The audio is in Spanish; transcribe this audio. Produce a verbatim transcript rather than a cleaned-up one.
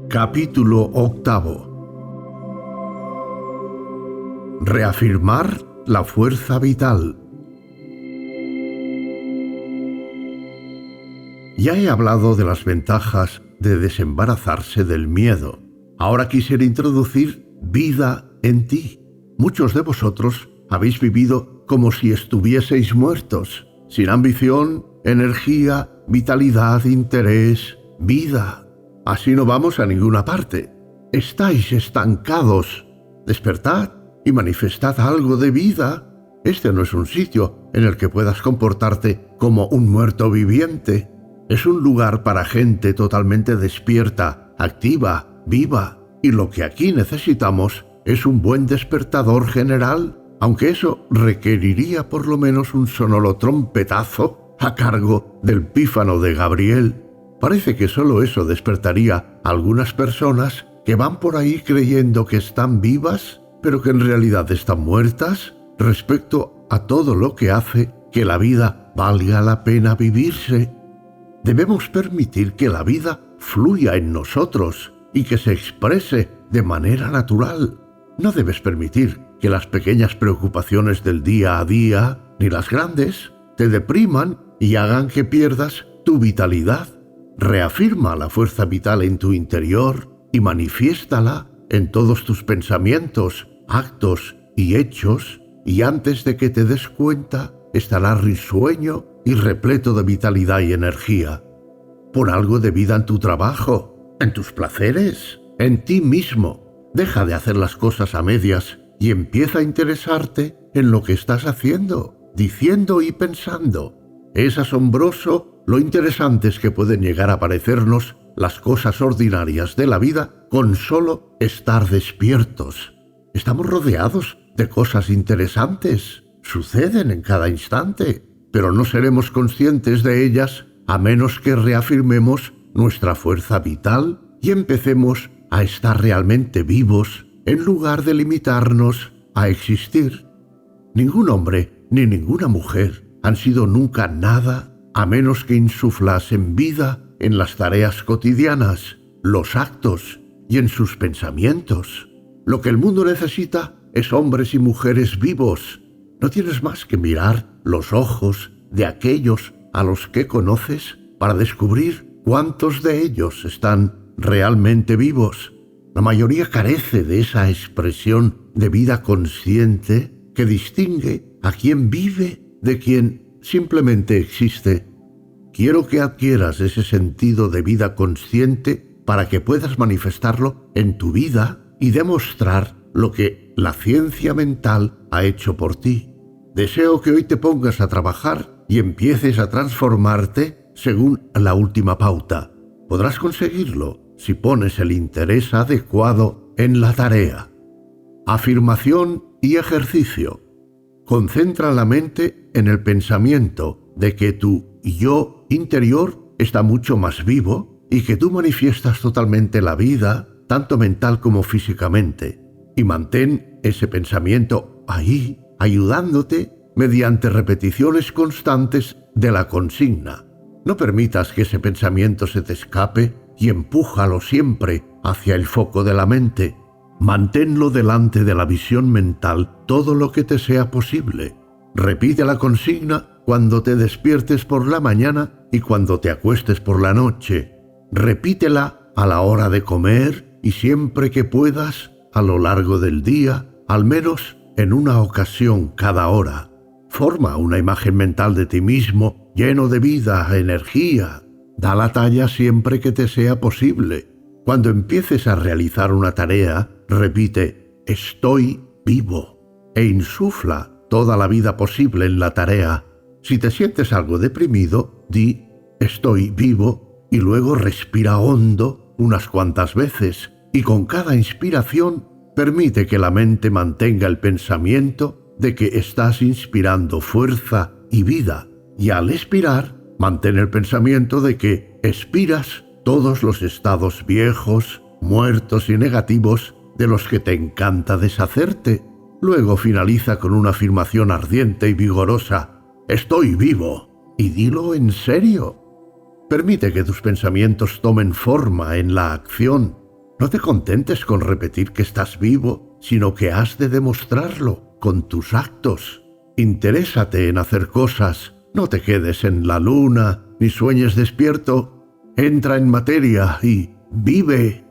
Capítulo octavo. Reafirmar la fuerza vital. Ya he hablado de las ventajas de desembarazarse del miedo. Ahora quisiera introducir vida en ti. Muchos de vosotros habéis vivido como si estuvieseis muertos, sin ambición, energía, vitalidad, interés, vida. Así no vamos a ninguna parte. Estáis estancados. Despertad y manifestad algo de vida. Este no es un sitio en el que puedas comportarte como un muerto viviente. Es un lugar para gente totalmente despierta, activa, viva. Y lo que aquí necesitamos es un buen despertador general, aunque eso requeriría por lo menos un sonoro trompetazo a cargo del pífano de Gabriel. Parece que solo eso despertaría a algunas personas que van por ahí creyendo que están vivas, pero que en realidad están muertas respecto a todo lo que hace que la vida valga la pena vivirse. Debemos permitir que la vida fluya en nosotros y que se exprese de manera natural. No debes permitir que las pequeñas preocupaciones del día a día, ni las grandes, te depriman y hagan que pierdas tu vitalidad. Reafirma la fuerza vital en tu interior y manifiéstala en todos tus pensamientos, actos y hechos, y antes de que te des cuenta, estarás risueño y repleto de vitalidad y energía. Pon algo de vida en tu trabajo, en tus placeres, en ti mismo. Deja de hacer las cosas a medias y empieza a interesarte en lo que estás haciendo, diciendo y pensando. Es asombroso lo interesantes que pueden llegar a parecernos las cosas ordinarias de la vida con solo estar despiertos. Estamos rodeados de cosas interesantes, suceden en cada instante, pero no seremos conscientes de ellas a menos que reafirmemos nuestra fuerza vital y empecemos a estar realmente vivos en lugar de limitarnos a existir. Ningún hombre ni ninguna mujer han sido nunca nada a menos que insuflasen vida en las tareas cotidianas, los actos y en sus pensamientos. Lo que el mundo necesita es hombres y mujeres vivos. No tienes más que mirar los ojos de aquellos a los que conoces para descubrir cuántos de ellos están realmente vivos. La mayoría carece de esa expresión de vida consciente que distingue a quien vive de quien simplemente existe. Quiero que adquieras ese sentido de vida consciente para que puedas manifestarlo en tu vida y demostrar lo que la ciencia mental ha hecho por ti. Deseo que hoy te pongas a trabajar y empieces a transformarte según la última pauta. Podrás conseguirlo si pones el interés adecuado en la tarea. Afirmación y ejercicio. Concentra la mente en el pensamiento de que tu yo interior está mucho más vivo y que tú manifiestas totalmente la vida, tanto mental como físicamente. Y mantén ese pensamiento ahí, ayudándote mediante repeticiones constantes de la consigna. No permitas que ese pensamiento se te escape y empújalo siempre hacia el foco de la mente. Manténlo delante de la visión mental todo lo que te sea posible. Repite la consigna cuando te despiertes por la mañana y cuando te acuestes por la noche. Repítela a la hora de comer y siempre que puedas a lo largo del día, al menos en una ocasión cada hora. Forma una imagen mental de ti mismo lleno de vida, energía. Da la talla siempre que te sea posible. Cuando empieces a realizar una tarea, repite «estoy vivo» e insufla toda la vida posible en la tarea. Si te sientes algo deprimido, di «estoy vivo» y luego respira hondo unas cuantas veces y con cada inspiración permite que la mente mantenga el pensamiento de que estás inspirando fuerza y vida y al expirar, mantén el pensamiento de que expiras todos los estados viejos, muertos y negativos de los que te encanta deshacerte. Luego finaliza con una afirmación ardiente y vigorosa. «Estoy vivo». Y dilo en serio. Permite que tus pensamientos tomen forma en la acción. No te contentes con repetir que estás vivo, sino que has de demostrarlo con tus actos. Interésate en hacer cosas, no te quedes en la luna, ni sueñes despierto. Entra en materia y vive.